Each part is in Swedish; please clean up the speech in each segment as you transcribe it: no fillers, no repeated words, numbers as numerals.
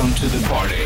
Welcome to the party.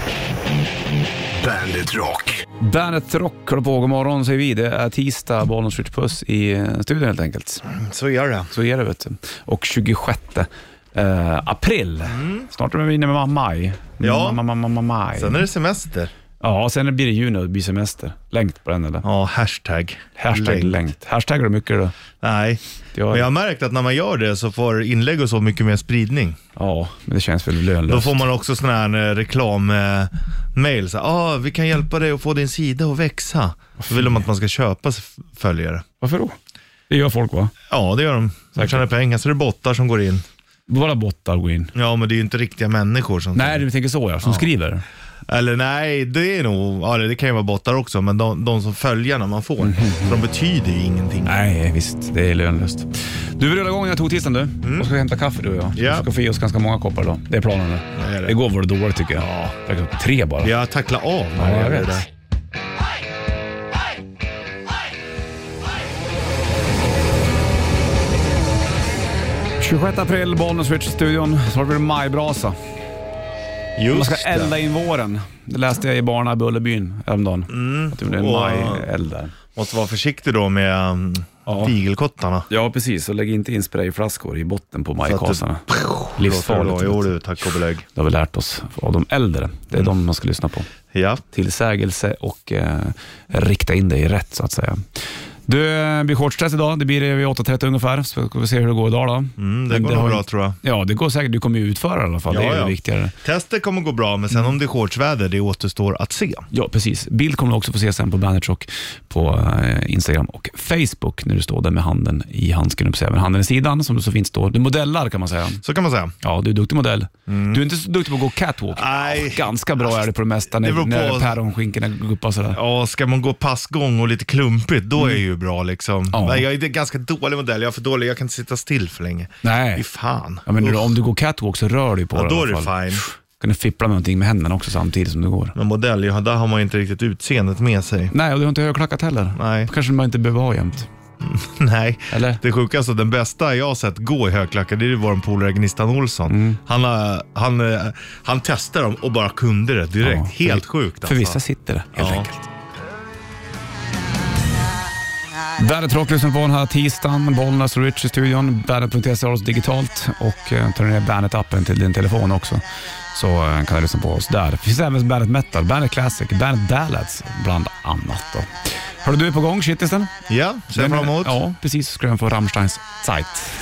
Bandit Rock. Bandit Rock håller på. God morgon säger vi. Det är tisdag, Bollnäs Ritchie Puss i studion helt enkelt. Så är det. Så är det, vet du. Och 26 april. Snart är vi inne med maj. Ja. Maj. Sen är det semester. Ja, sen blir det juni och det blir semester. Längt på den eller? Ja, hashtag Längt. Hashtaggar du mycket då? Nej, men jag har märkt att när man gör det så får inlägg och så mycket mer spridning. Ja, men det känns väl lönlöst. Då får man också sån här reklammail. Vi kan hjälpa dig att få din sida att växa. Så vill de att man ska köpa följare. Varför då? Det gör folk, va? Ja, det gör de. De tjänar pengar, så det är bottar som går in. Bara bottar går in. Ja, men det är ju inte riktiga människor som... Nej, du tänker så, som skriver. Eller nej, det är nog... Ja, det kan ju vara bottar också. Men de som följarna man får, de betyder ju ingenting. Nej, visst. Det är lönlöst. Du vill rulla igång, jag tog tisdagen du. Och ska hämta kaffe du och jag. Ja. Vi ska få i oss ganska många koppar då. Det är planen nu. Det går var det dåligt tycker jag. Ja. 3 bara. Jag tacklar av. Ja, jag vet. Det. 26 april, Bollnäs Ritchie-studion. Så har vi majbrasa. Just Man ska det. elda in våren. Det läste jag i Barna i Bullerbyn häromdagen. Att det blir en majeld där. Måste vara försiktig då med tigelkottarna. Ja, precis. Och lägg inte in sprayflaskor i botten på majkasarna. Livsfarligt. Livsfarligt. Jo du, tack och belägg. Det har vi lärt oss av de äldre. Det är de man ska lyssna på. Ja. Tillsägelse och rikta in dig rätt så att säga. Du blir shortstress idag. Det blir det vid 8.30 ungefär. Så ska vi se hur det går idag då. Det går nog bra tror jag. Ja, det går säkert. Du kommer ju utföra i alla fall. Ja, det är det viktigare. Testet kommer gå bra, men sen om det är shortsväder, det återstår att se. Ja, precis. Bild kommer du också få se sen på Bandit Rock på Instagram och Facebook när du står där med handen i handsken och även handen i sidan som så finns då. Du modellar kan man säga. Så kan man säga. Ja, du är duktig modell. Du är inte så duktig på att gå catwalk. Nej. Ganska bra är det på det mesta när päronskinkorna går upp och sådär. Ja, ska man gå passgång och lite klumpigt, då är det ju bra liksom. Ja. Men jag är en ganska dålig modell, jag är för dålig, jag kan inte sitta still för länge. Nej. Fy fan. Ja, men om du går catwalk så rör du på det då i är alla det fall. fine. Kan du fippla med någonting med händerna också samtidigt som du går. Men modell, där har man inte riktigt utseendet med sig. Nej, och du har inte högklackat heller. Nej. Kanske man inte behöver ha jämt. Nej, Eller? det sjukaste, den bästa jag har sett gå i högklackar, det är vår polare Gnistan Olsson. Han testar dem och bara kunde det direkt. Ja, helt sjukt alltså. För vissa sitter det helt enkelt. Bandet Rock lyssnar på den här tisdagen. Bollnäs och Ritchie-studion. Bandet.se har oss digitalt. Och tar ner Bandet-appen till din telefon också. Så kan du lyssna på oss där. Det finns även Bandet Metal, Bandet Classic, Bandet Ballads bland annat då. Hörde du är på gång, shitlisten? Ja, ser fram emot. Ja, precis. Ska den få Rammsteins Zeit.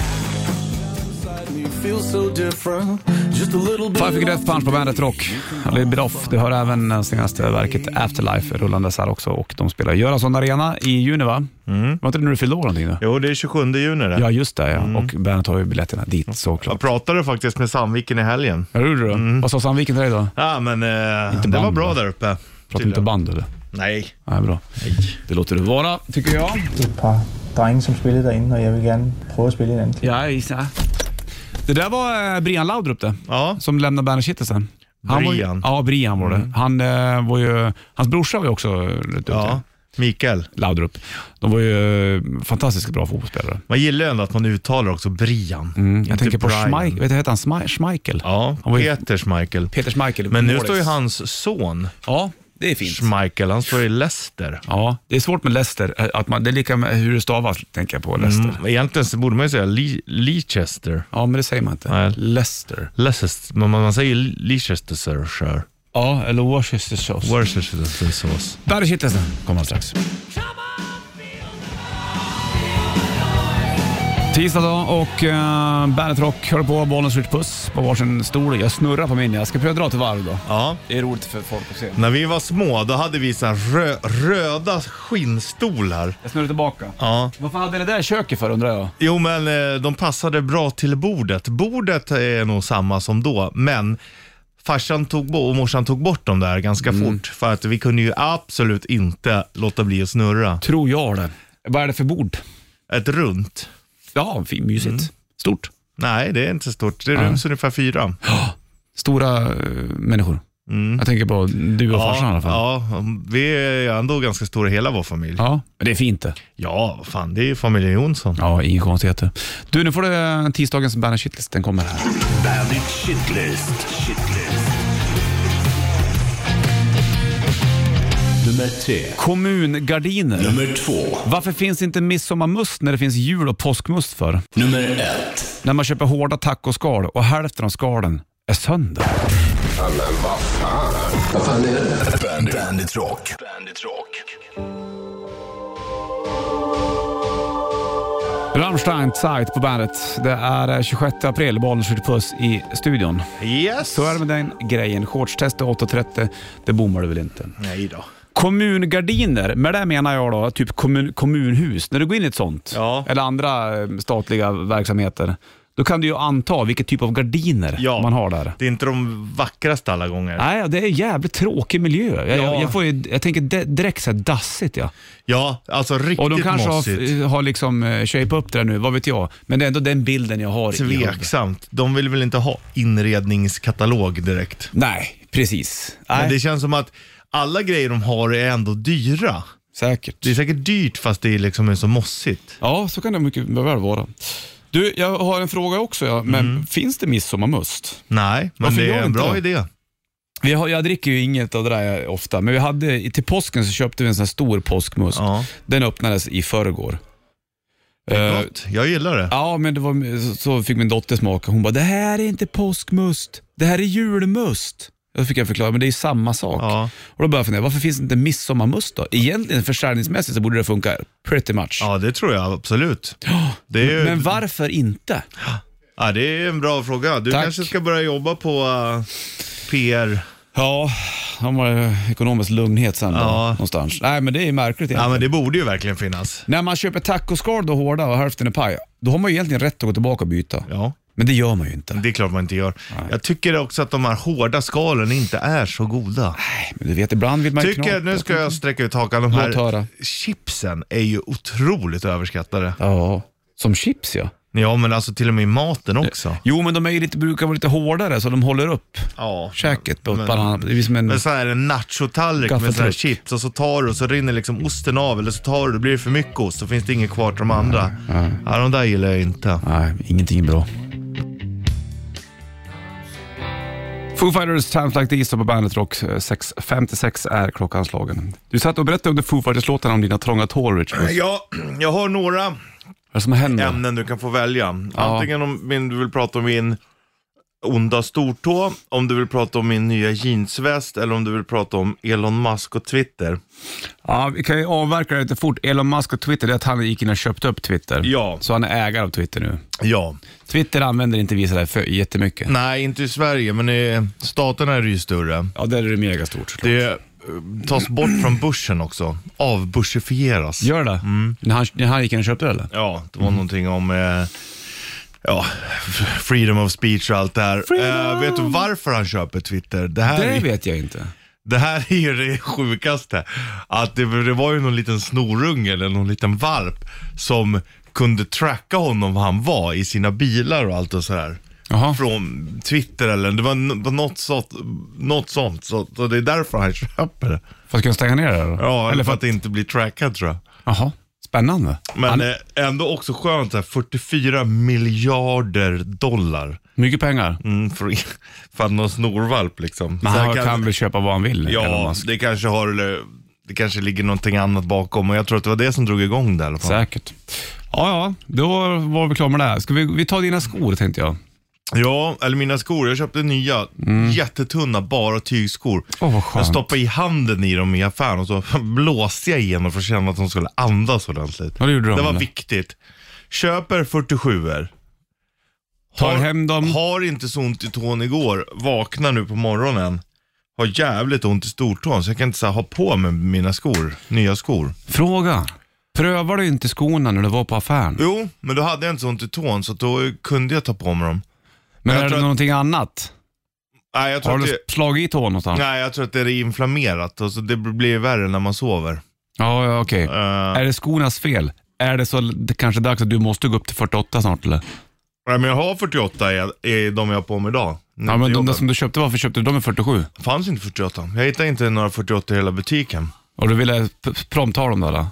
Five Finger Death Punch på Bandet Rock. A bit off. Du hör även det senaste verket Afterlife rullandes här också. Och de spelar Göransson Arena i juni, va? Var inte det när du fyllde år någonting då? Jo, det är 27 juni det. Ja, just det. Ja. Och Bandet har ju biljetterna dit såklart. Jag pratade faktiskt med Sandviken i helgen. Ja, gjorde du? Vad sa Sandviken till dig då? Ja, men det band, var bra va? där uppe. Pratar inte band eller? Nej. Nej, bra. Det låter det vara, tycker jag. Et par drenge, som spillede derinde, og jeg vil gerne prøve at spille en anden. Ja, isa. Det där var Brian Laudrup det. Ja. Som lämnade Bandet Kittelsen. Brian. Ja, Brian var det. Han var ju, hans brorsa var ju också rätt duktig. Ja, Mikael Laudrup. De var ju fantastiskt bra fotbollsspelare. Man gillar ändå att man uttalar också Brian. Jag tänker på Brian. Schmeichel. Vet du, heter han Schmeichel? Ja, Han var ju- Peter Schmeichel. Peter Schmeichel. Men nu Målis. står ju hans son Ja, det är fint. Schmeichel, han står i Leicester. Ja, det är svårt med Leicester. Att det är lika med hur det stavas, tänker jag på Leicester. Egentligen så borde man ju säga Leicester. Ja, men det säger man inte. Nej. Leicester. Leicester, men man säger Leicestershire. Ja, eller Worcestershire. Worcestershire. Där är Kittelsen. Kommer strax. Tisdag då och Bandet Rock hör på Bollnäs Ritchie Puss på varsin stol. Jag snurrar på min. Jag ska pröva dra till varv då. Ja. Det är roligt för folk att se. När vi var små, då hade vi så här röda skinnstolar. Jag snurrar tillbaka. Ja. Varför hade ni det där köket för, undrar jag? Jo, men de passade bra till bordet. Bordet är nog samma som då, men farsan och morsan tog bort dem där ganska fort. För att vi kunde ju absolut inte låta bli att snurra. Tror jag det. Vad är det för bord? Ett runt. Ja, fint, mysigt. Stort. Nej, det är inte stort. Det ryms ungefär 4. Stora människor. Jag tänker på du och farsan i alla fall. Ja, vi är ändå ganska stora hela vår familj. Ja, men det är fint det. Ja, fan, det är ju familjen Jonsson. Ja, inga konstigheter. Du, nu får du tisdagens Bandit Shitlist. Den kommer här. Bandit Shitlist. Nummer 3. Kommungardiner. Nummer 2. Varför finns inte midsommarmust när det finns jul- och påskmust för? Nummer 1. När man köper hårda tacoskal och hälften av skalen är sönder. Vad fan är det? Bandit Rock. Rammstein Zeit på bandet. Det är 26 april, Bollnäs skjuter puss i studion. Yes. Så är det med den grejen. Shortstest 8.30, det bommar du väl inte. Nej då. Kommungardiner, med det menar jag då typ kommunhus. När du går in i ett sånt, Ja. eller andra statliga verksamheter, då kan du ju anta vilket typ av gardiner man har där. Det är inte de vackraste alla gånger. Nej, det är en jävligt tråkig miljö. Jag tänker direkt så här dassigt. Ja. Ja, alltså riktigt Och de kanske mossigt. har liksom shape upp det nu, vad vet jag. Men det är ändå den bilden jag har i huvudet. Tveksamt. De vill väl inte ha inredningskatalog direkt. Nej, precis. Men Nej, det känns som att alla grejer de har är ändå dyra. säkert. Det är säkert dyrt fast det liksom är så mossigt. Ja, så kan det mycket väl vara. Du, jag har en fråga också. Ja. Men finns det midsommarmust? Nej, men Varför det gör är en inte bra det? idé. Jag dricker ju inget av det där ofta, men vi hade till påsken så köpte vi en sån här stor påskmust. Ja, Den öppnades i förrgår. det är gott. Jag gillar det. Ja, men det var, så fick min dotter smaka. Hon bara, det här är inte påskmust, det här är julmust. Då fick jag förklara, men det är samma sak. Ja. Och då började jag fundera, varför finns det inte midsommarmust då? Egentligen försäljningsmässigt så borde det funka pretty much. Ja, det tror jag absolut. Det är ju... Men varför inte? Ja, det är en bra fråga. Du Tack. kanske ska börja jobba på PR. Ja, de har ekonomisk lugnhet sen då, Ja. någonstans. Nej, men det är märkligt egentligen. Ja, men det borde ju verkligen finnas. När man köper tacoskal då hårda och hälften är paj, då har man ju egentligen rätt att gå tillbaka och byta. Ja, Men det gör man ju inte. det är klart man inte gör. Jag tycker också att de här hårda skalen inte är så goda. Nej, men du vet, ibland vill man ju Tycker, nu ska jag sträcka ut hakan. De Låt höra. här chipsen är ju otroligt överskattade. Ja, som chips ja. Ja, men alltså till och med i maten också. Jo, men de är ju brukar vara lite hårdare så de håller upp Ja. käket på Men- ett annat. Det är som en... Men så här en nachotallrik med så här Gaffeltruck. chips och så tar du och så rinner liksom osten av, eller så tar du, då blir det för mycket ost, så finns det inget kvar till de andra. Ja, de där gillar jag inte. Nej, ingenting är bra. Foo Fighters, Times Like These på Bandet Rock. 6:56 är klockan slagen. Du satt och berättade under Foo Fighters-låten om dina trånga tår, Richard. Ja, jag har några Vad är det som händer? ämnen du kan få välja. Antingen om du vill prata om min onda stortå, om du vill prata om min nya jeansväst, eller om du vill prata om Elon Musk och Twitter. Ja, vi kan ju avverka det lite fort. Elon Musk och Twitter, det är att han gick in och köpte upp Twitter. Ja. Så han är ägare av Twitter nu. Ja. Twitter använder inte vi sådär för jättemycket. Nej, inte i Sverige, men i staterna är det ju större. Ja, där är det megastort såklart. Det tas bort från börsen också. Avbörsifieras. Gör det? När han gick in och köpte det eller? Ja, det var någonting om freedom of speech och allt det här. Vet du varför han köper Twitter? Det vet jag inte. Det här är ju det sjukaste. Att det var ju någon liten snorunge eller någon liten valp som kunde tracka honom var han var i sina bilar och allt och sådär. Jaha. Från Twitter eller det var något sånt. Så det är därför han köper det. För att kunna stänga ner det då? Ja, eller för att inte bli trackad tror jag. Jaha, spännande. Men ändå också skönt så här, 44 miljarder dollar. Mycket pengar. För någon snorvalp liksom. Men Så han här kan väl köpa vad han vill? Elon Ja, Musk. det kanske ligger någonting annat bakom. Och jag tror att det var det som drog igång det i alla fall. Säkert. Ja, då var vi klara med det här. Ska vi ta dina skor tänkte jag. Ja, eller mina skor. Jag köpte nya, jättetunna, bara tygskor. Vad skönt. Jag stoppade i handen i dem i affären och så blåste jag igenom för att känna att de skulle andas ordentligt. Ja, det gjorde de, Det var eller? viktigt. Köper 47er. Tar hem dem. Har inte så ont i tån igår. Vaknar nu på morgonen. Har jävligt ont i stortån så jag kan inte så här, ha på med mina skor. Nya skor. Fråga. Prövar du inte skorna när du var på affären? Jo, men då hade jag inte så ont i tån så då kunde jag ta på mig dem. Men jag är det tror att- någonting annat? Nej, jag tror Har att du slagit i tån någonstans? Nej, jag tror att det är inflammerat och så det blir värre när man sover. Ja, okej. Är det skornas fel? Är det så det kanske är dags att du måste gå upp till 48 snart eller? Nej, men jag har 48 är de jag har på mig idag. Ja, men de där som du köpte, varför köpte du dem i 47? Fanns inte 48. Jag hittade inte några 48 i hela butiken. Och du ville prompt ha dem då eller?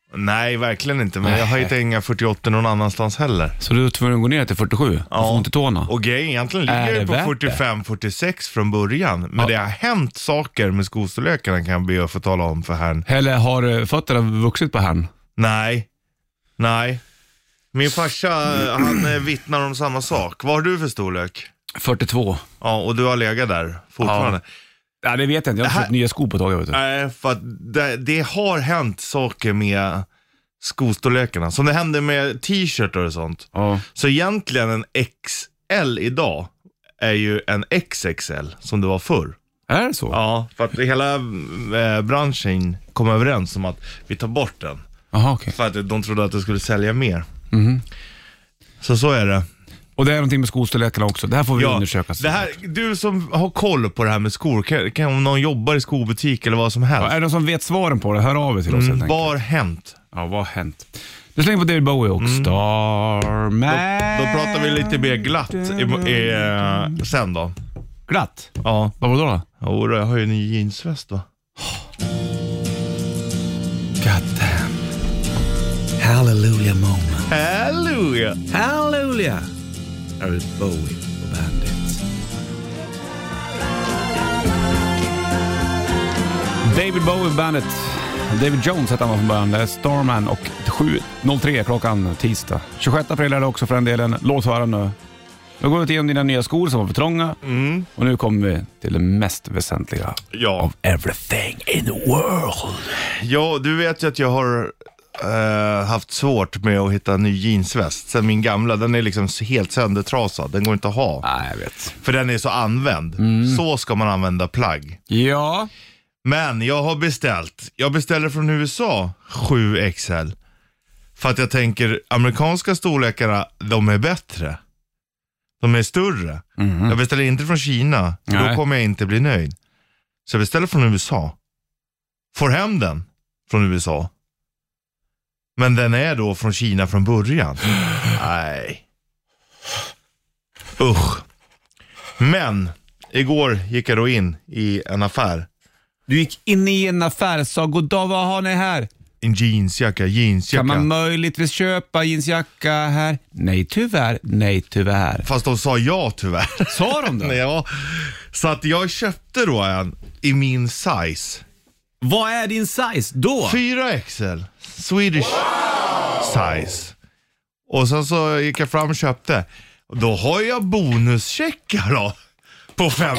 Nej, verkligen inte. Men jag har inte inga 48 någon annanstans heller. Så du är tvungen att gå ner till 47 och få inte tårna? Och grejen egentligen ligger ju på 45-46 från början. Men det har hänt saker med skostorlekarna, kan jag be att få tala om för herrn. Eller har fötterna vuxit på herrn? Nej. Min farsa, han vittnar om samma sak. Vad har du för storlek? 42. Ja, och du har legat där fortfarande. Ja, det vet jag inte. Jag har köpt nya skor på tag, vet du. Nej, för att det har hänt saker med skostorlekarna. Som det hände med t-shirtar och sånt. Ja. Så egentligen en XL idag är ju en XXL som det var förr. Är det så? Ja, för att hela branschen kom överens om att vi tar bort den. Aha, okay. För att de trodde att det skulle sälja mer. Så är det. Och det är någonting med skostorlekarna också. Det här får vi undersöka. Det här, du som har koll på det här med skor, kan om någon jobbar i skobutik eller vad som helst. Ja, är det någon som vet svaren på det? Hör av er till oss helt enkelt. Vad har hänt? Ja, vad har hänt? Du slänger på David Bowie och Starman. Då pratar vi lite mer glatt sen då. Glatt? Ja. Vad var det då? Jo, jag har ju en ny jeansväst va. God damn. Hallelujah moment. Halleluja. Hallelujah. David Bowie och Bandit. David Bowie Bandit. David Jones heter han från början. Det är Starman och 7.03 klockan tisdag. 26 april är det också för en delen. Låt höra nu. Nu går vi igenom dina nya skor som var för trånga. Och nu kommer vi till det mest väsentliga of everything in the world. Ja, du vet ju att jag har haft svårt med att hitta en ny jeansväst. Sen min gamla, den är liksom helt söndertrasad. Den går inte att ha. Nej, jag vet. För den är så använd. Så ska man använda plagg. Ja. Men jag har beställt. Jag beställer från USA 7XL. För att jag tänker, amerikanska storlekarna, de är bättre. De är större. Jag beställer inte från Kina. För då kommer jag inte bli nöjd. Så jag beställer från USA. Får hem den från USA. Men den är då från Kina från början. Nej. Usch. Men igår gick jag då in i en affär. Du gick in i en affär och sa, goddag, vad har ni här? En jeansjacka. Kan man möjligtvis köpa jeansjacka här? Nej tyvärr. Fast de sa ja tyvärr. Sa de det? Ja. Så att jag köpte då en i min size. Vad är din size då? 4XL. Swedish size. Och sen så gick jag fram och köpte. Då har jag bonuscheckar då. På 5.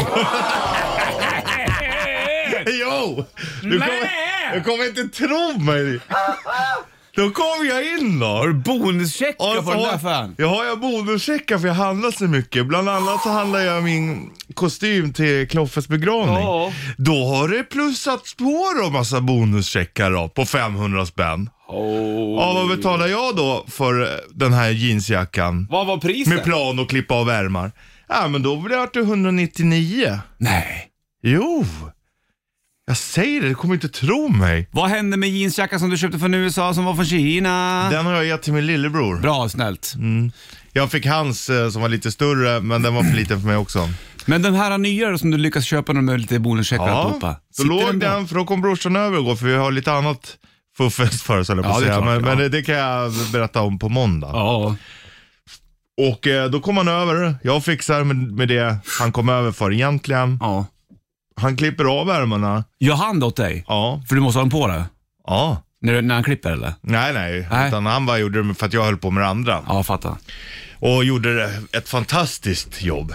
Jo! Du kommer inte tro mig. Då kom jag in då. Har du bonuscheckar på den där fan? Jag har bonuscheckar för jag handlar så mycket. Bland annat så handlar jag min kostym till Kloffes begravning. Ja. Då har det plussats på då massa bonuscheckar då, på 500 spänn. Ja, vad betalar jag då för den här jeansjackan? Vad var priset? Med plan och klippa av ärmar. Ja, men då blir det 199. Nej. Jo. Jag säger det, du kommer inte tro mig. Vad hände med jeansjackan som du köpte från USA som var från Kina? Den har jag gett till min lillebror. Bra, snällt. Jag fick hans som var lite större, men den var för liten för mig också. Men den här nya som du lyckas köpa när med lite bonuscheckar ja, då låg den, för då kom brorsan över igår, för vi har lite annat fuffest för oss, eller på säga. Men det kan jag berätta om på måndag. Ja. Och då kom han över, jag fixar med det han kom över för egentligen. Ja. Han klipper av ärmarna. Gör han det åt dig? Ja. För du måste ha den på det? Ja. När han klipper eller? Nej. Utan han bara gjorde det för att jag höll på med det andra. Ja, fattar. Och gjorde ett fantastiskt jobb.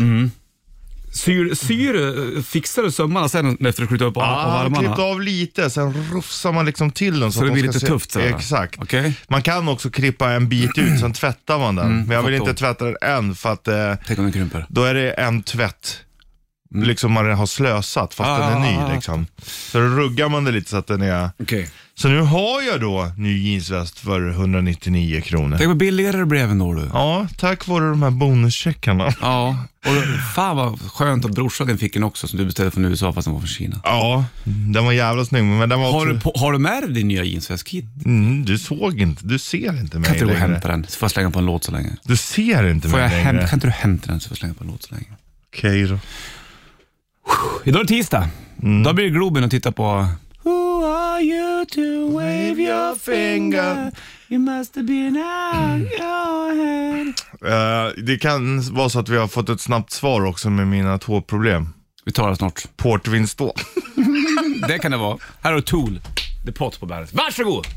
Fixar du sömmarna sen efter att skjuta upp av armarna? Han klippte av lite, sen rufsar man liksom till den. Så det blir lite tufft så. Exakt. Okay. Man kan också klippa en bit ut, sen tvättar man den. Men jag vill inte tvätta den än, för att tänk om den krymper. Då är det en tvätt. Liksom man har slösat fast den är ny liksom. Så då ruggar man det lite så att den är... Okay. Så nu har jag då ny jeansväst för 199 kronor. Tänk vad billigare det blev ändå du. Ja, tack vare de här bonuscheckarna. Ja, och fan vad skönt att brorsan fick en också som du beställde från USA fast den var från Kina. Ja, den var jävla snygg, men den var har du med dig din nya jeansväst-kit? Du såg inte, du ser inte mig. Kan inte du hämta den så får jag slänga på en låt så länge? Du ser inte mig längre. Kan inte du hämta den så får jag slänga på en låt så länge? Okej då. Idag är det tisdag. Då blir det Globen att titta på Who are you you to wave your finger. You must have been out your head. Det kan vara så att vi har fått ett snabbt svar också med mina tåproblem. Vi tar det snart. Portvinst då. Det kan det vara. Här har du Tool. The Pot på bandet. Varsågod!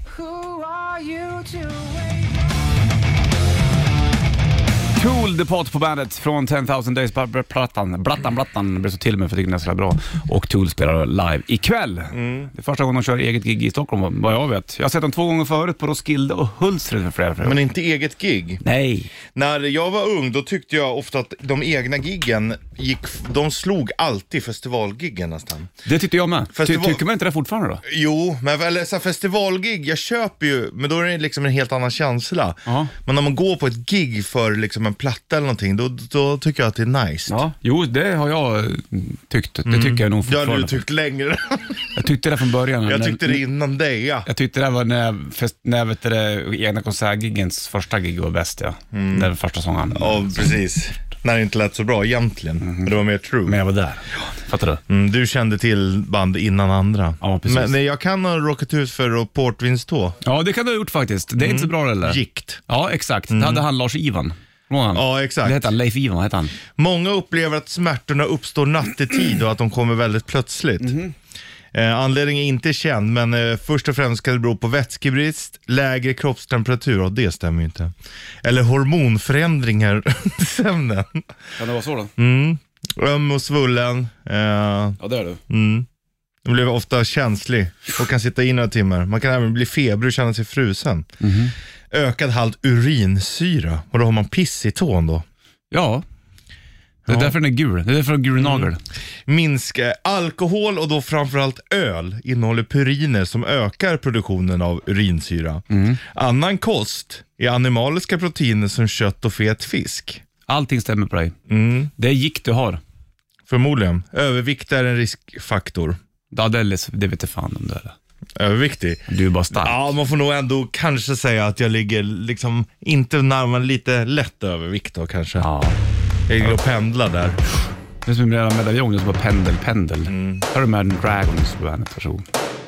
Tool, The Pot på bandet från 10,000 Days. Blattan blev så till mig för att det är så bra. Och Tool spelar live ikväll. Det är första gången de kör eget gig i Stockholm, vad jag vet. Jag har sett dem 2 gånger förut på Roskilde och Hultsfred för flera år. Men inte eget gig. Nej. När jag var ung, då tyckte jag ofta att de egna giggen de slog alltid festivalgiggen nästan. Det tyckte jag med. Tycker man inte det fortfarande då? Jo, men väl så festivalgig, jag köper ju, men då är det liksom en helt annan känsla. Ja. Men när man går på ett gig för liksom en platta eller någonting, då tycker jag att det är nice. Ja, jo, det har jag tyckt. Det tycker jag nog fortfarande. Ja, du tyckt längre. Jag tyckte det från början. Jag tyckte det innan dig, ja. Jag tyckte det var när vet du, egna konsertgiggens första gig var bäst, ja. Den första sången. Ja, precis. När det inte lät så bra egentligen. Men det var mer true. Men jag var där. Fattar du? Du kände till band innan andra. Ja, precis. Men jag kan ha råkat ut för portvinst då. Ja, det kan du ha gjort faktiskt. Det är inte så bra eller? Gikt. Ja, exakt. Det hade han Lars Ivan. Ja, exakt. Det heter han, Leif Ivan heter han. Många upplever att smärtorna uppstår nattetid och att de kommer väldigt plötsligt. Anledningen är inte känd, men först och främst kan det bero på vätskebrist, lägre kroppstemperatur, och det stämmer ju inte. Eller hormonförändringar i sömnen. Kan det vara så då? Öm och svullen. Ja, det är du. De blir ofta känslig och kan sitta in några timmar. Man kan även bli feber och känna sig frusen. Ökad halt urinsyra. Och då har man piss i tån då. Ja. Det är därför den är gul. Det är därför den är gul nagel. Minska alkohol och då framförallt öl innehåller puriner som ökar produktionen av urinsyra. Annan kost är animaliska proteiner som kött och fet fisk. Allting stämmer på dig. Det är gikt du har. Förmodligen. Övervikt är en riskfaktor. Ja, det vet jag fan om det är. Överviktig. Du är bara stark. Ja, man får nog ändå kanske säga att jag ligger liksom inte närmare lite lätt övervikt då kanske. Ja. Jag ligger och pendlar där. Det är som en medaljong, det är som bara pendel. Här är Imagine Dragons på bandet, varsågod.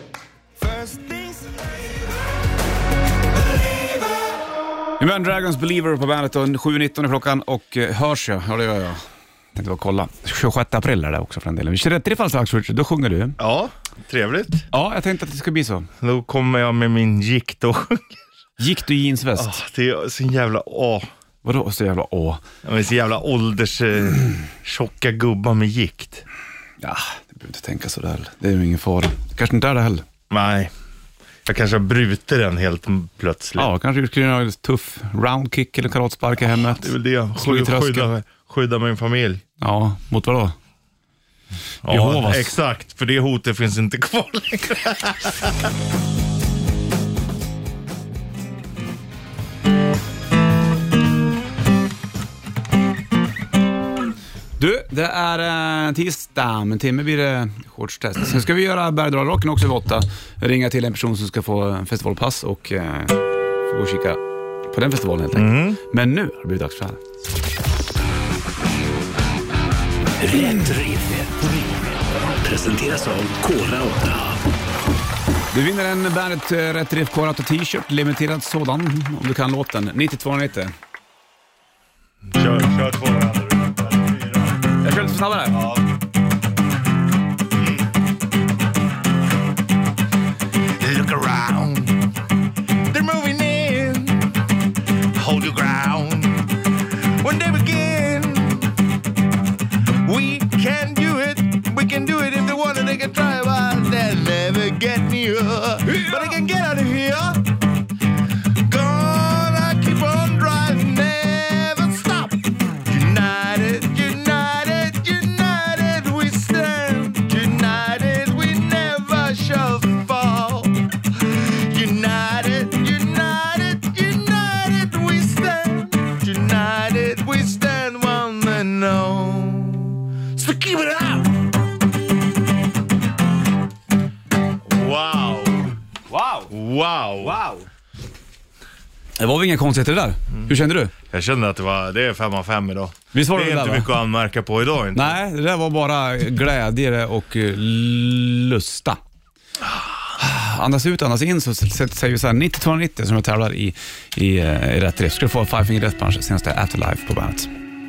Imagine Dragons Believer på bandet och 7:19 är klockan och hörs jag. Ja, det gör jag. Tänkte bara kolla. 26 april är det också för en del. Vi kör rätt i det fall strax, Richard. Då sjunger du. Ja, trevligt. Ja, jag tänkte att det ska bli så. Då kommer jag med min gikt och sjunger. Gikt och jeansväst. Det är så jävla Vadå så jävla Jag är så jävla ålders tjocka gubbar med gikt. Ja, det behöver inte tänka så där. Det är ju ingen fara. Kanske inte är det heller. Nej. Jag kanske har brutit den helt plötsligt. Ja, kanske skulle ha en tuff roundkick eller karatspark i hemmet. Det är väl det. Skydda min familj. Ja, mot vad då? Ja, Jehovas. exakt. För det hotet finns inte kvar längre. Du, det är tisdag, men timme blir det shortstest. Sen ska vi göra Bergdalrocken också vid 8. Ringa till en person som ska få en festivalpass och få gå och kika på den festivalen helt enkelt. Men nu har det blivit dags för det här. Rätt riff. Presenteras av Kora 8. Du vinner en Bandet Rätt Riff Kora 8 t-shirt, limiterad sådan, om du kan låten. 9290. Kör 2 varandra. Jag kör lite snabbare. Ja. Look around. They're moving in. Hold your ground. When they begin, we can do it. We can do it if they want it. They can try, but they'll never get near. But they can get out of here. Gonna keep on driving, never stop. United, united, united we stand. United we never shall fall. United, united, united we stand. United we stand one and all. So keep it up! Wow! Wow! Wow! Wow! Det var väl inga konstigheter det där. Hur kände du? Jag kände att det är 5 av 5 idag. Visst var Det det är där, inte va? mycket att anmärka på idag inte. Nej, det där var bara glädje och lusta. andas ut, andas in, så säger vi så här 90-290 som jag tävlar i rätt drift. Ska du få Five Finger Death Punch senaste Afterlife på bandet.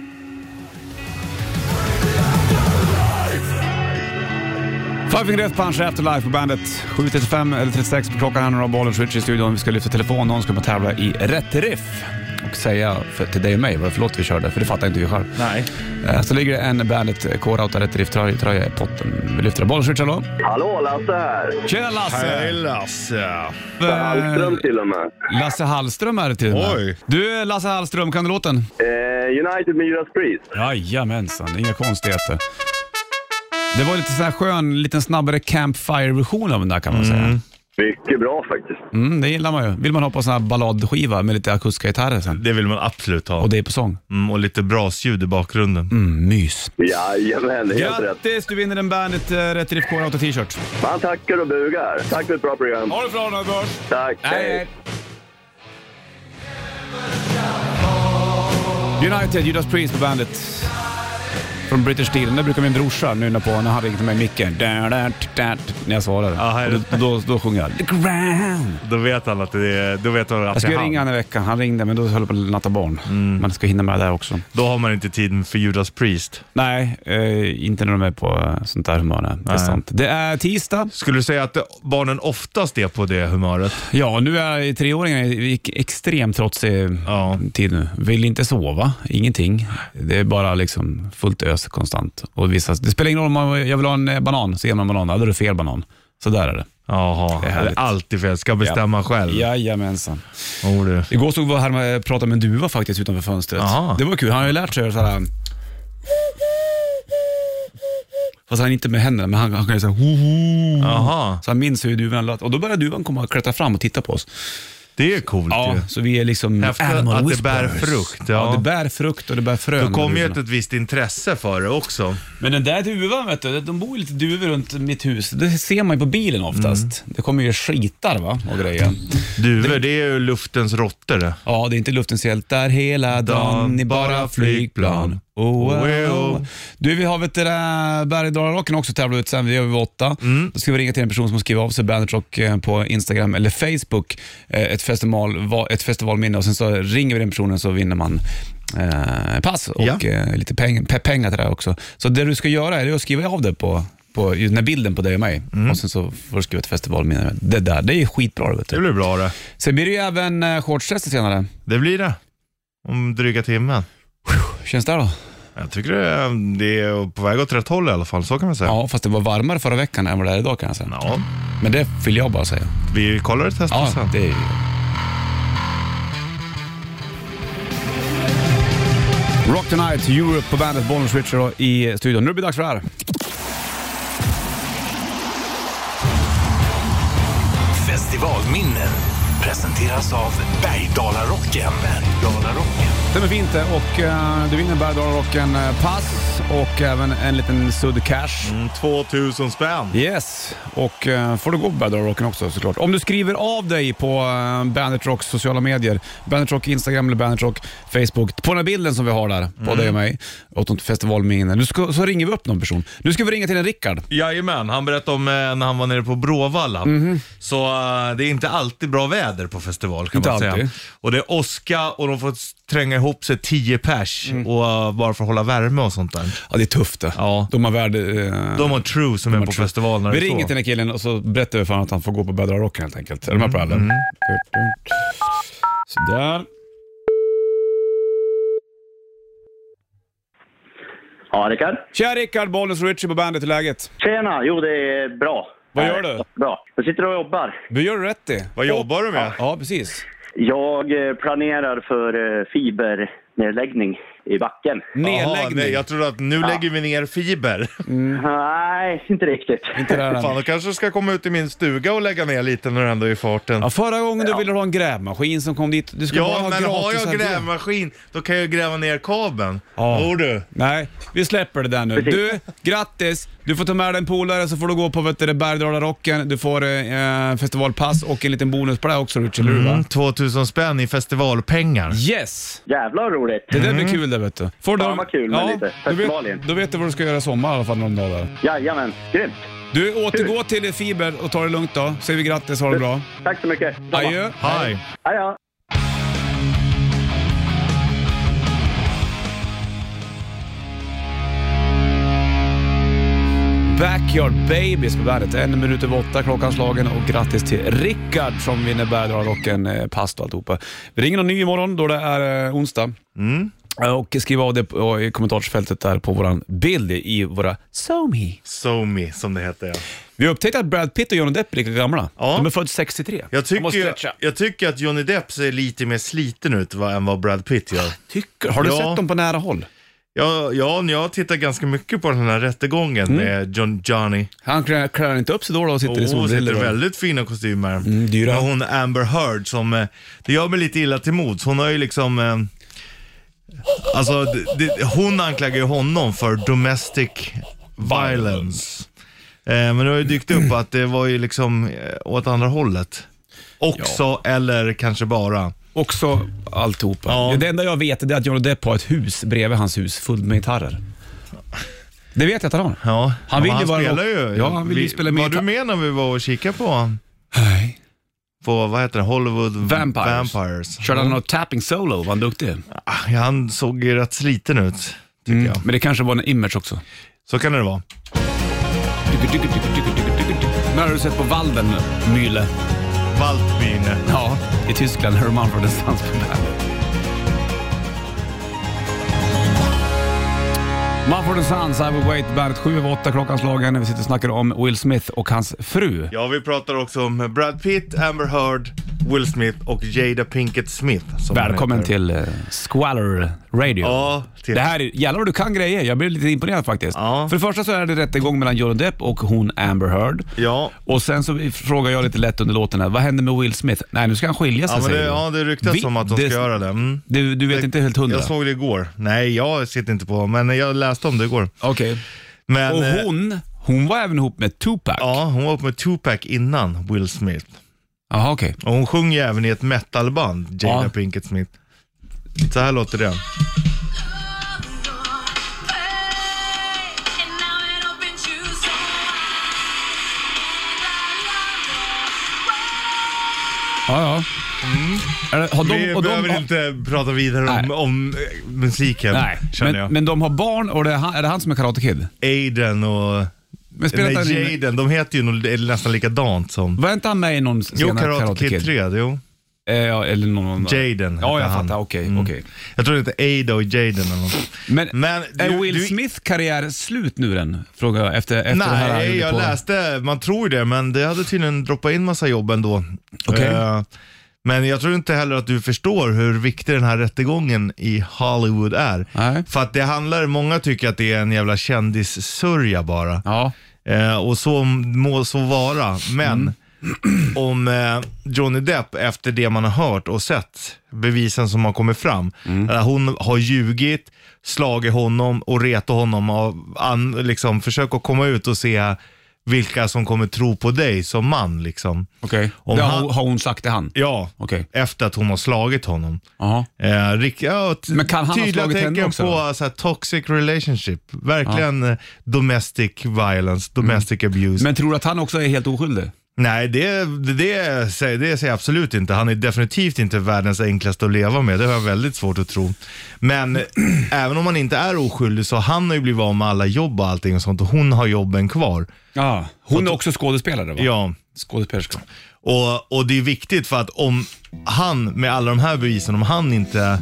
Five Finger Death Punch Afterlife på bandet. 7:35 eller 36 på klockan här när bollen switch i studion. Vi ska lyfta telefon, någon ska man tävla i rätt riff och säga till dig och mig vad det för låt vi körde, för det fattar inte vi själv. Nej. Så ligger det en Bandet K-Rauta rätt riff-tröja i potten. Vi lyfter bollen switch, hallå? Hallå, Lasse här. Tjena Lasse! Hej Lasse. Hallström till och med. Lasse Hallström är det till och med. Oj. Du Lasse Hallström, kan du låten? United med Judas Priest. Jajamensan, inga konstigheter. Det var lite så här skön, lite snabbare Campfire-version av den där kan man säga. Mycket bra faktiskt. Det gillar man ju. Vill man ha på sån här balladskiva med lite akustiska gitarrer sen? Det vill man absolut ha. Och det är på sång. Och lite brasljud i bakgrunden. Mys. Jajamän, helt rätt. Grattis, du vinner en Bandet Rätt Riff K-Rauta t-shirt. Man tackar och bugar. Tack för ett bra program. Ha det bra nu, Börs. Tack. Hej. United, Judas Priest på bandet. Från British Steel. Det brukar min brorsa nynna på när han ringde mig micken. När jag svarade. Då sjunger jag. Look around. Då vet han att det är... Då vet han att jag ska ringa han i veckan. Han ringde, men då höll jag på att natta barn. Man ska hinna med det också. Då har man inte tid för Judas Priest. Nej, inte när de är på sånt där humör. Det är sant. Det är tisdag. Skulle du säga att barnen oftast är på det humöret? Ja, nu är treåringen extremt trotsig tid nu. Vill inte sova, ingenting. Det är bara liksom fullt ös konstant. Och vissa, det spelar ingen roll om jag vill ha en banan, så ger man en banan, då är det fel banan. Så där är det. Jaha, det är alltid fel. Ska bestämma själv. Jajamensan. Det. Igår stod vi här och pratade med en duva faktiskt utanför fönstret. Aha. Det var kul, han har ju lärt sig så här. Fast han inte med händerna, men han kan ju säga så han minns hur duvan lät. Och då började duvan komma och klättra fram och titta på oss. Det är coolt ju. Så vi är liksom att det bär frukt. Ja, det bär frukt och det bär frön. Då kommer ju ett visst intresse för det också. Men den där duvan, vet du, de bor ju lite duvor runt mitt hus. Det ser man ju på bilen oftast. Det kommer ju skitar, va, och grejer. Duvor, det är ju luftens råttor. Ja, det är inte luftens hjältar hela dagen i bara flygplan. Du, vi har Bergdala-rocken också tävlat ut sen, vi är över 8. Då ska vi ringa till en person som har skrivit av sig Bandet Rock på Instagram eller Facebook, ett festivalminne, och sen så ringer vi den personen, så vinner man pass och lite pengar till det också. Så det du ska göra är att skriva av det på den här bilden på dig och mig, och sen så får du skriva ett festivalminne. Det är skitbra, vet du. Det blir bra det. Sen blir det ju även shortstester senare. Det blir det, om dryga timmen. Känns det då? Jag tycker det är på väg åt rätt håll i alla fall, så kan man säga. Ja, fast det var varmare förra veckan än vad det är idag, kan jag säga. Ja. Men det vill jag bara säga. Vi kollar ett test sen. Det är... Rock Tonight, Europe på bandet Bollen Switcher i studion. Nu blir det dags för det här. Festivalminnen presenteras av Bergdala-rocken. Det är fint, och du vinner Bergdala-rocken pass och även en liten sudd cash. 2000 spänn. Yes, och får du gå på Bergdala-rocken också såklart. Om du skriver av dig på Bandet Rocks sociala medier, Bandet Rock Instagram eller Bandet Rock Facebook, på den här bilden som vi har där på dig och mig, och festivalminnen, så ringer vi upp någon person. Nu ska vi ringa till en Rickard. Jajamän, han berättade om när han var nere på Bråvalla. Så det är inte alltid bra väder på festival, kan man säga. Och det är åska och de får tränga ihop sig 10 pers och bara för att hålla värme och sånt där. Ja, det är tufft det. Ja. De har True som är på festivalen. Vi ringer till den här killen och så berättar vi för honom att han får gå på Bergdala-rocken helt enkelt. Är du med på det? Sådär. Ja, Rickard. Tja Rickard, Bollnäs och Richie på bandet i läget. Tjena, jo det är bra. Vad gör du? Bra. Jag sitter och jobbar. Du gör rätt i. Vad jobbar du med? Ja, precis. Jag planerar för fibernedläggning i backen. Nedläggning? Nej, jag tror att nu lägger vi ner fiber. Nej, inte riktigt. Inte där. Fan, då kanske du ska komma ut i min stuga och lägga ner lite när du ändå är i farten. Ja, förra gången du ville ha en grävmaskin som kom dit. Du ska bara ha men har gratis jag grävmaskin, då kan jag gräva ner kabeln. Ja. Du? Nej, vi släpper det där nu. Precis. Du, grattis. Du får ta med dig en polare, så får du gå på Bergdala-rocken. Du får festivalpass och en liten bonus på det också, Richard, va? 2000 spänn i festivalpengar. Yes! Jävlar roligt. Det där blir kul det, vet du. Får Fan vad kul med lite festival igen. Då vet du vad du ska göra i sommar i alla fall någon dag där. Jajamän, grymt. Du, återgå till fiber och ta det lugnt då. Säger vi grattis, ha det bra. Tack så mycket. Adjö. Hej. Hej ja. Backyard Babies på bandet. 1:08 klockan slagen och grattis till Rickard som vinner Bergdala-rocken, past och alltihopa. Vi ringer någon ny imorgon då det är onsdag. Och skriv av det i kommentarsfältet där på våran bild i våra SoMe. SoMe som det heter, ja. Vi har upptäckt att Brad Pitt och Johnny Depp är lika gamla. Ja. De är född 63. Jag tycker att Johnny Depp ser lite mer sliten ut än vad Brad Pitt gör. Har du sett dem på nära håll? Ja, jag tittar ganska mycket på den här rättegången med Johnny. Han klär inte upp sig då och sitter i solbrillor. Sitter väldigt fina kostymer. Dyra. Och hon Amber Heard som, det gör mig lite illa till mods. Hon har ju liksom, alltså hon anklagar ju honom för domestic violence. Men det har ju dykt upp att det var ju liksom åt andra hållet. Också, eller kanske bara. Också alltihopa. Ja. Det enda jag vet är att Johnny Depp har ett hus bredvid hans hus fullt med gitarrer. Det vet jag att han har. Ja, Han vill ju bara spelar ju. Ja, han vill ju spela med. Var du med när vi var och kikade på Nej. på, vad heter det, Hollywood Vampires. Körde han något tapping solo? Var han duktig? Ja, han såg ju rätt sliten ut, tycker jag. Men det kanske var en image också. Så kan det vara. Men har du sett på Walden, Mühle? Waldbühne. Ja, i Tyskland hör man från den stans på bandet. Mumford & Sons, I Will Wait, bandet 7:08 klockan slagen. Vi sitter och snackar om Will Smith och hans fru. Ja, vi pratar också om Brad Pitt, Amber Heard, Will Smith och Jada Pinkett Smith. Välkommen till Squalor Radio. Ja, till... Det här är, jävlar vad du kan grejer. Jag blir lite imponerad faktiskt. Ja. För det första så är det rättegång mellan Johnny Depp och hon Amber Heard. Ja. Och sen så frågar jag lite lätt under låten här, vad händer med Will Smith? Nej, nu ska han skilja sig, säger du. Ja, det ryktas som att de ska göra det. Du vet inte helt hundra? Jag såg det igår. Nej, jag sitter inte på, men jag läste om det igår. Okej. Men, och hon var även ihop med Tupac. Ja, hon var ihop med Tupac innan Will Smith. Jaha, okej. Och hon sjunger ju även i ett metalband, Jada Pinkett Smith. Så här låter det. Ja. Vi behöver inte prata vidare om musiken. Nej, men de har barn och är det han som är Karate Kid? Aiden och Jaden, de heter ju nästan likadant som... Var inte han med i någon senare Karate Kid 3, jo. Ja, eller någon... Jaden. Ja, jag fattar, okej. Jag tror det heter Ada och Jaden eller något. Men är Will Smith karriär slut nu den? Frågar jag efter det här. Nej, jag läste, man tror det, men det hade tydligen droppat in massa jobb ändå. Okej. Men jag tror inte heller att du förstår hur viktig den här rättegången i Hollywood är. Nej. För att det handlar, många tycker att det är en jävla kändissörja bara. Ja. Och så må så vara. Men om Johnny Depp, efter det man har hört och sett, bevisen som har kommit fram, hon har ljugit, slagit honom och retat honom och liksom försöker komma ut och se vilka som kommer tro på dig som man liksom. Okej. Har hon sagt det han? Ja, efter att hon har slagit honom. Men kan han ha slagit henne också? På så här, toxic relationship. Verkligen domestic violence, domestic abuse. Men tror du att han också är helt oskyldig? Nej, det säger jag absolut inte. Han är definitivt inte världens enklaste att leva med. Det har jag väldigt svårt att tro. Men även om han inte är oskyldig så han har ju blivit av med alla jobb och allting och sånt. Och hon har jobben kvar. Ja, hon är också skådespelare, va? Ja. Skådespelerska. Och det är viktigt för att om han, med alla de här bevisen, om han inte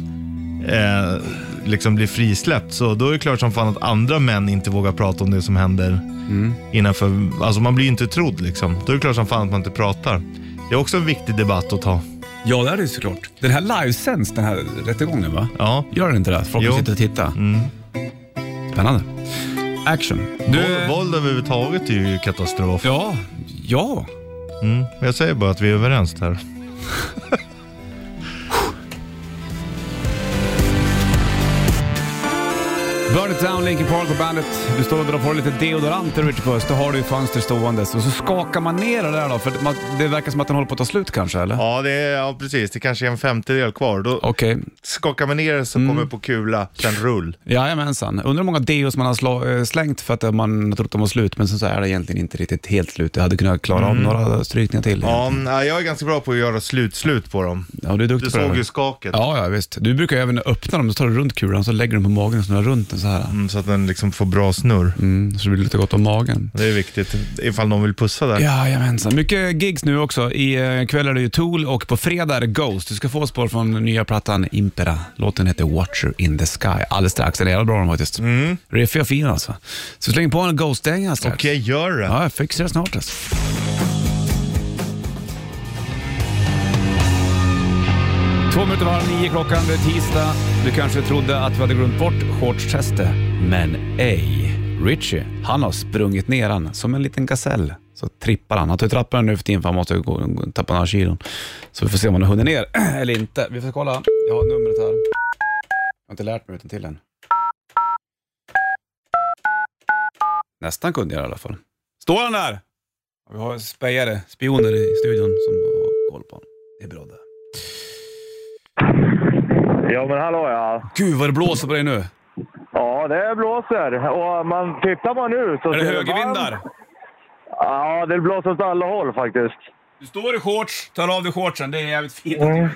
liksom blir frisläppt, så då är det klart som fan att andra män inte vågar prata om det som händer innanför, alltså man blir inte trodd liksom. Då är det klart som fan att man inte pratar. Det är också en viktig debatt att ta. Ja, det är det såklart. Den här livesänds, den här rättegången, va? Ja. Gör den inte det? Folk sitter och tittar. Spännande. Action. Våld överhuvudtaget är ju katastrof. Ja. Jag säger bara att vi är överens här. Burn It Down, Linkin Park på bandet. Du står och drar på lite deodorant i Richard Puss. Då har du ju fönster ståendes. Och så skakar man ner det där då. För det verkar som att den håller på att ta slut kanske, eller? Ja, precis. Det kanske är en 50-del kvar. Då skakar man ner det så kommer på kula, sen rull. Jajamensan. Undrar hur många deos man har slängt för att man trott de var slut. Men så är det egentligen inte riktigt helt slut. Jag hade kunnat klara av några strykningar till. Ja, jag är ganska bra på att göra slut på dem. Ja, du är duktig på det. Du såg ju skaket. Ja, visst. Du brukar även öppna dem. Då tar du runt kulan så lägger du på magen och snurrar runt den så här. Så att den liksom får bra snurr. Så det blir lite gott om magen. Det är viktigt ifall någon vill pussa där. Jajamensan. Mycket gigs nu också. I kväll är det ju Tool och på fredag är det Ghost. Du ska få spår från nya plattan Impera. Låten heter Watcher in the Sky. Alldeles strax. Det är jävla bra de faktiskt. Riffig och fin alltså. Så släng på en Ghost-dänga strax. Okej, gör det. Ja, jag fixar det snart alltså. Två minuter var 9 klockan, det är tisdag. Du kanske trodde att vi hade glömt bort shortstestet, men ej. Richie, han har sprungit ner han som en liten gasell. Så trippar han. Han tar trappan nu för tiden för han måste gå och tappa några kilon. Så vi får se om han har hunnit ner eller inte. Vi får kolla. Jag har numret här. Jag har inte lärt mig utan till än. Nästan kunde jag i alla fall. Står han där? Vi har spioner i studion som har koll på honom. Det är bra det. Ja, men hallå ja. Gud vad det blåser på dig nu. Ja, det blåser. Och tittar man ut så... Är det högervindar? Ja, det blåser åt alla håll faktiskt. Du står i shorts, tar av dig shortsen. Det är jävligt fint.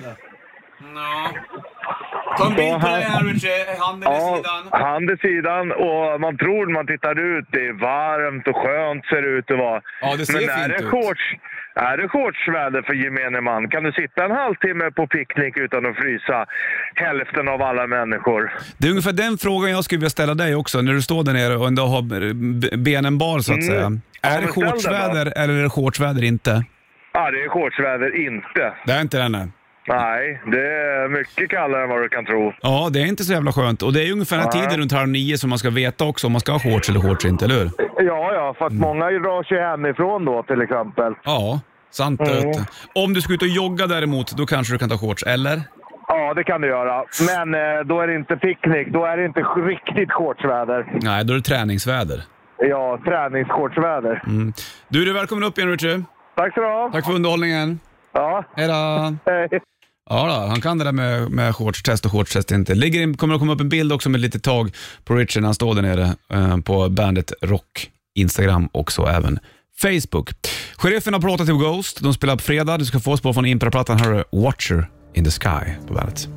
Ta en bild på det här, Richie. Handen i sidan. Hand i sidan. Och man tror när man tittar ut, det är varmt och skönt ser det ut att vara. Ja, det ser fint ut. Är det shortsväder för gemene man? Kan du sitta en halvtimme på picknick utan att frysa hälften av alla människor? Det är ungefär den frågan jag skulle vilja ställa dig också. När du står där nere och ändå har benen bar så att säga. Är det shortsväder eller är det shortsväder inte? Ja, det är shortsväder inte. Det är inte den här. Nej, det är mycket kallare än vad du kan tro. Ja, det är inte så jävla skönt. Och det är ungefär den tiden runt 8:30 som man ska veta också om man ska ha shorts eller shorts inte, eller hur? Ja, för att många drar sig hemifrån då till exempel. Ja, sant. Om du ska ut och jogga däremot, då kanske du kan ta shorts, eller? Ja, det kan du göra. Men då är det inte picknick, då är det inte riktigt shortsväder. Nej, då är det träningsväder. Ja, träningsshortsväder. Du är välkommen upp igen, Richie. Tack så du. Tack för underhållningen. Ja. Hej då. Hej. Ja då, han kan det där med shortstest och shortstest inte. Kommer att komma upp en bild också med lite tag på Richie när han står där nere på bandet Rock, Instagram och så även Facebook. Sheriffen har pratat till Ghost. De spelar på fredag. Du ska få spår från Impera-plattan. Här är Watcher in the Sky på bandet.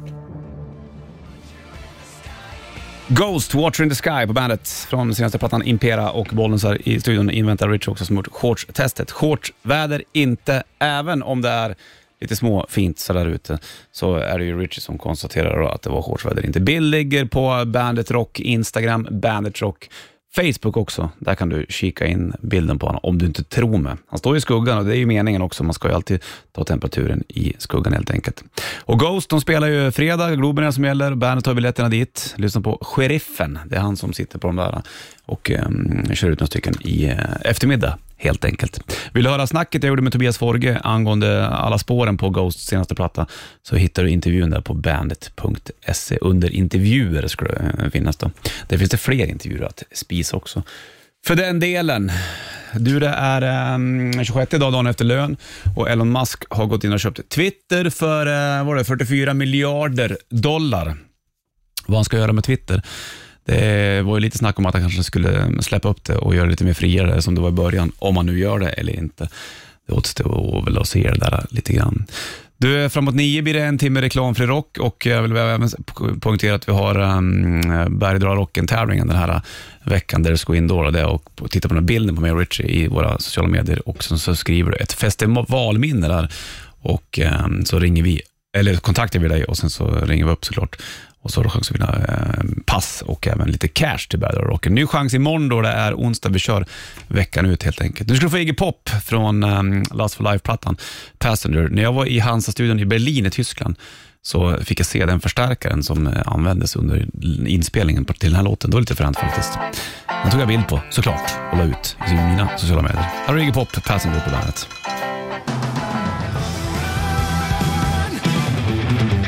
Ghost, Watcher in the Sky på bandet från senaste plattan Impera och Bollnäs här i studion inväntar Rich också som gjort shortstestet. Shortsväder inte, även om det är lite små fint så där ute, så är det ju Richie som konstaterar då att det var shortsväder inte. Bild ligger på Bandet Rock, Instagram, Bandet Rock, Facebook också. Där kan du kika in bilden på honom om du inte tror mig. Han står i skuggan och det är ju meningen också. Man ska ju alltid ta temperaturen i skuggan helt enkelt. Och Ghost, de spelar ju fredag. Globen är som gäller. Bandet har biljetterna dit. Lyssna på Sheriffen. Det är han som sitter på de där och kör ut några stycken i eftermiddag. Helt enkelt. Vill du höra snacket jag gjorde med Tobias Forge angående alla spåren på Ghosts senaste platta, så hittar du intervjun där på bandet.se. Under intervjuer skulle det finnas då. Där finns det fler intervjuer att spisa också. För den delen. Du, det är 26 dagen efter lön och Elon Musk har gått in och köpt Twitter för 44 miljarder dollar. Vad han ska göra med Twitter. Det var ju lite snack om att han kanske skulle släppa upp det och göra det lite mer friare som det var i början, om man nu gör det eller inte. Det återstår väl att se det där lite grann. Du, framåt 9 blir det en timme reklamfri rock och jag vill även poängtera att vi har Bergdra Rocken-tävlingen den här veckan där du ska in då och titta på den här bilden på mig och Richie i våra sociala medier och så skriver du ett festivalminne där och så ringer vi, eller kontaktar vi dig och sen så ringer vi upp såklart. Och så har du chans att vinna pass och även lite cash till Bergdra Rocken. Ny chans imorgon då det är onsdag, vi kör veckan ut helt enkelt. Du ska få Iggy Pop från Last for Life-plattan Passenger. När jag var i Hansa-studion i Berlin i Tyskland så fick jag se den förstärkaren som användes under inspelningen till den här låten. Det var lite fränt faktiskt. Den tog jag bild på såklart och la ut i mina sociala medier. Här har Iggy Pop Passenger på bandet.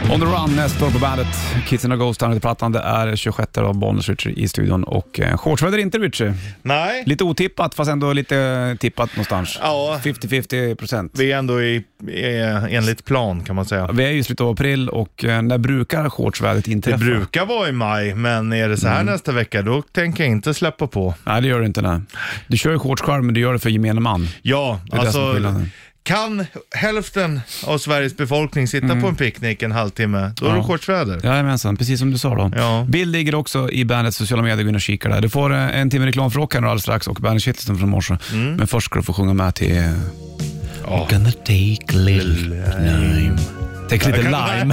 On the Run nästa år på bandet. Kids in a Ghost Town heter plattan. Det är 26 av Bollnäs Richie i studion. Och shortsväder inte, Richie. Nej. Lite otippat, fast ändå lite tippat någonstans. Ja. 50-50%. Vi är ändå enligt plan, kan man säga. Vi är ju i slutet av april och när brukar shortsvädret inträffa? Det brukar vara i maj, men är det så här nästa vecka, då tänker jag inte släppa på. Nej, det gör du inte. Nej. Du kör ju shortskärm, men du gör det för gemene man. Ja, Det är det som är alltså skillnaden. kan hälften av Sveriges befolkning sitta på en picknick en halvtimme, då är det shortsväder. Jajamensan, precis som du sa då. Ja. Bild ligger också i bandets sociala medier, gå in och kika där. Du får en timme reklam för rock här alldeles strax och bandet Shitlisten från morse. Men först ska du få sjunga med till Gonna take a little lime. Take lite lime.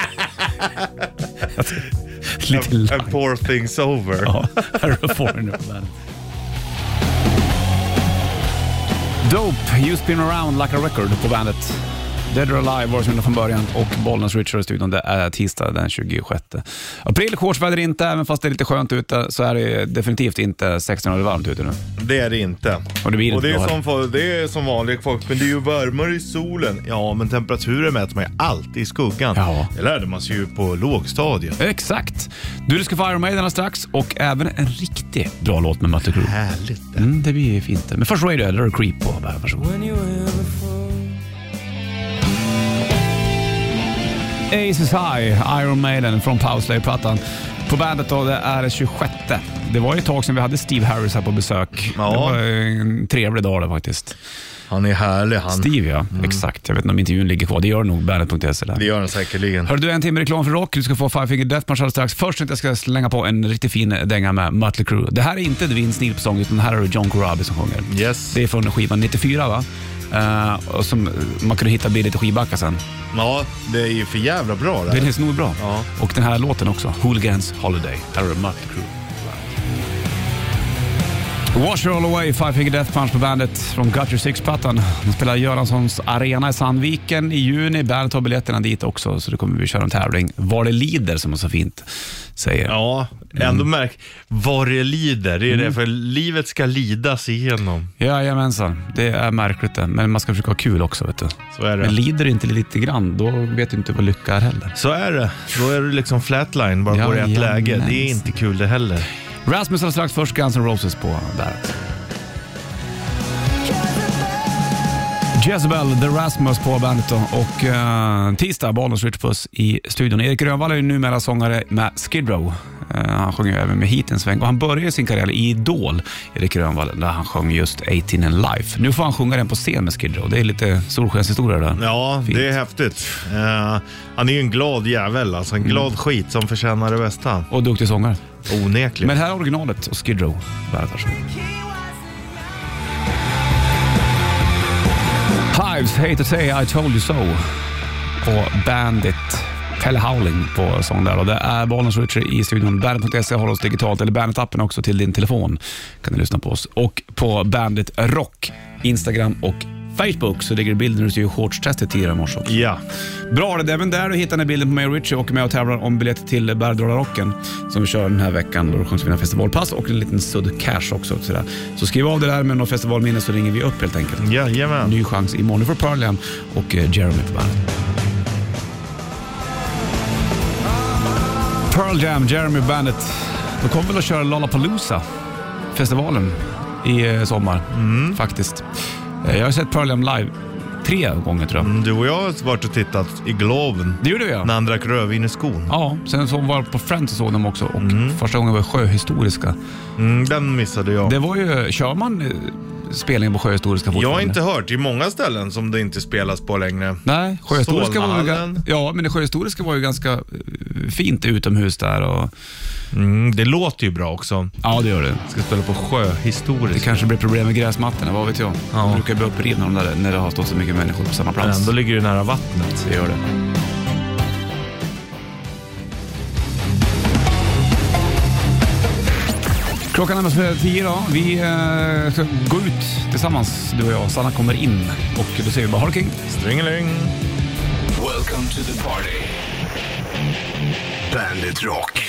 Lite lime. And pour things over. Ja, här är Foreigner på bandet. Dope, You Spin Around Like a Record på bandet. Dead or Alive var det från början och Bollnäs Richard i studion. Det är tisdag den 26 april. Shortsväder inte, även fast det är lite skönt ute så är det definitivt inte 16 grader varmt ute nu. Det är det inte. Och det blir och det, inte är det är som vanligt folk, men det är ju varmare i solen. Ja, men temperaturen mäter man ju alltid i skuggan. Ja. Det lärde man sig ju på lågstadiet. Exakt. Du ska få Iron Maiden strax och även en riktigt bra låt med Mötley Crüe. Härligt. Det blir fint. Men först Radio eller Creep på. Varsågod. Aces High, Iron Maiden från Powerslave-plattan. På bandet då, det är 26. Det var ju ett tag sedan vi hade Steve Harris här på besök. Ja. Det var en trevlig dag det faktiskt. Han är härlig, han. Steve, ja. Exakt. Jag vet inte om intervjun ligger kvar. Det gör nog bandet.se där. Det gör han säkerligen. Hör du en timme reklam för rock. Du ska få Five Finger Death Punch alldeles strax. Först inte jag ska slänga på en riktigt fin dänga med Mötley Crüe. Det här är inte The Vince Neil-sång, utan här är det John Corabi som sjunger. Yes. Det är från skivan 94, va? Och som man kunde hitta billigt i skivbacka sen. Ja, det är ju för jävla bra det. Det är snorbra. Ja. Och den här låten också, Hooligans Holiday. Här är det Mötley Crüe. Wash Her All Away, Five Finger Death Punch på bandet från Got Your Six-plattan. De spelar Göranssons arena i Sandviken i juni. Bandet har biljetterna dit också, så det kommer vi köra en tävling. Var det lider, som är så fint säger. Ja, ändå märk var det lider. Det är det, för livet ska lidas igenom. Jajamensan, det är märkligt det. Men man ska försöka ha kul också, vet du. Så är det. Men lider inte lite grann, då vet du inte vad lycka är heller. Så är det. Då är du liksom flatline, bara går i ett läge. Det är inte kul det heller. Rasmus har strax först Guns N' Roses på bandet. Jezebel, The Rasmus på bandet då. Och tisdag, Bollnäs Richpuss i studion. Erik Grönvall är ju numera sångare med Skid Row. Han sjunger ju även med Heat en sväng. Och han började sin karriär i Idol, Erik Grönvall, där han sjöng just 18 and Life. Nu får han sjunga den på scen med Skid Row. Det är lite solskenshistoria där. Ja, fint. Det är häftigt. Han är ju en glad jävel, alltså en glad skit som förtjänar det bästa. Och duktig sångare. Onekligt. Men här är originalet och Skid Row. Hives, Hate to say I told you so. På Bandit. Pelle Howling på sång där. Och det är Bollnäs Richard i studion. Bandet.se håller oss digitalt, eller Bandet-appen också till din telefon. Kan du lyssna på oss. Och på Bandit Rock, Instagram och Facebook så ligger bilden när du ser shortstestet tidigare i morse också. Ja. Bra, det är även där du hittar den här bilden på mig och Richie och med och tävlar om biljett till Bergdala-rocken som vi kör den här veckan då du kommer vinna festivalpass och en liten sudd cash också. Så skriv av det där med någon festivalminne så ringer vi upp helt enkelt. Jajamän. Ny chans imorgon för Pearl Jam och Jeremy på bandet. Pearl Jam, Jeremy Bandet. De kommer väl att köra Lollapalooza festivalen i sommar faktiskt. Jag har sett Pearl Jam live 3 gånger tror jag. Du och jag har varit och tittat i Globen. Det gjorde vi, ja. När han drack rödvin i skon. Ja, sen så var jag på Friends och såg dem också. Och första gången var Sjöhistoriska. Den missade jag. Det var ju, kör man spelningen på Sjöhistoriska fortfarande? Jag har inte hört, i många ställen som det inte spelas på längre. Nej, Sjöhistoriska var ju, ja, men det Sjöhistoriska var ju ganska fint utomhus där. Och det låter ju bra också. ja, det gör det. Ska spela på Sjöhistoriska. Det kanske blir problem med gräsmattorna, vad vet jag. Ja. De brukar bli upprivna när det har stått så mycket människor på samma plats. Men ändå ligger det nära vattnet. Det gör det. Klockan närmast för 10 då. Vi ska gå ut tillsammans, du och jag. Sanna kommer in och då säger vi bara Harking. Stringeling. Welcome to the party. Bandit Rock.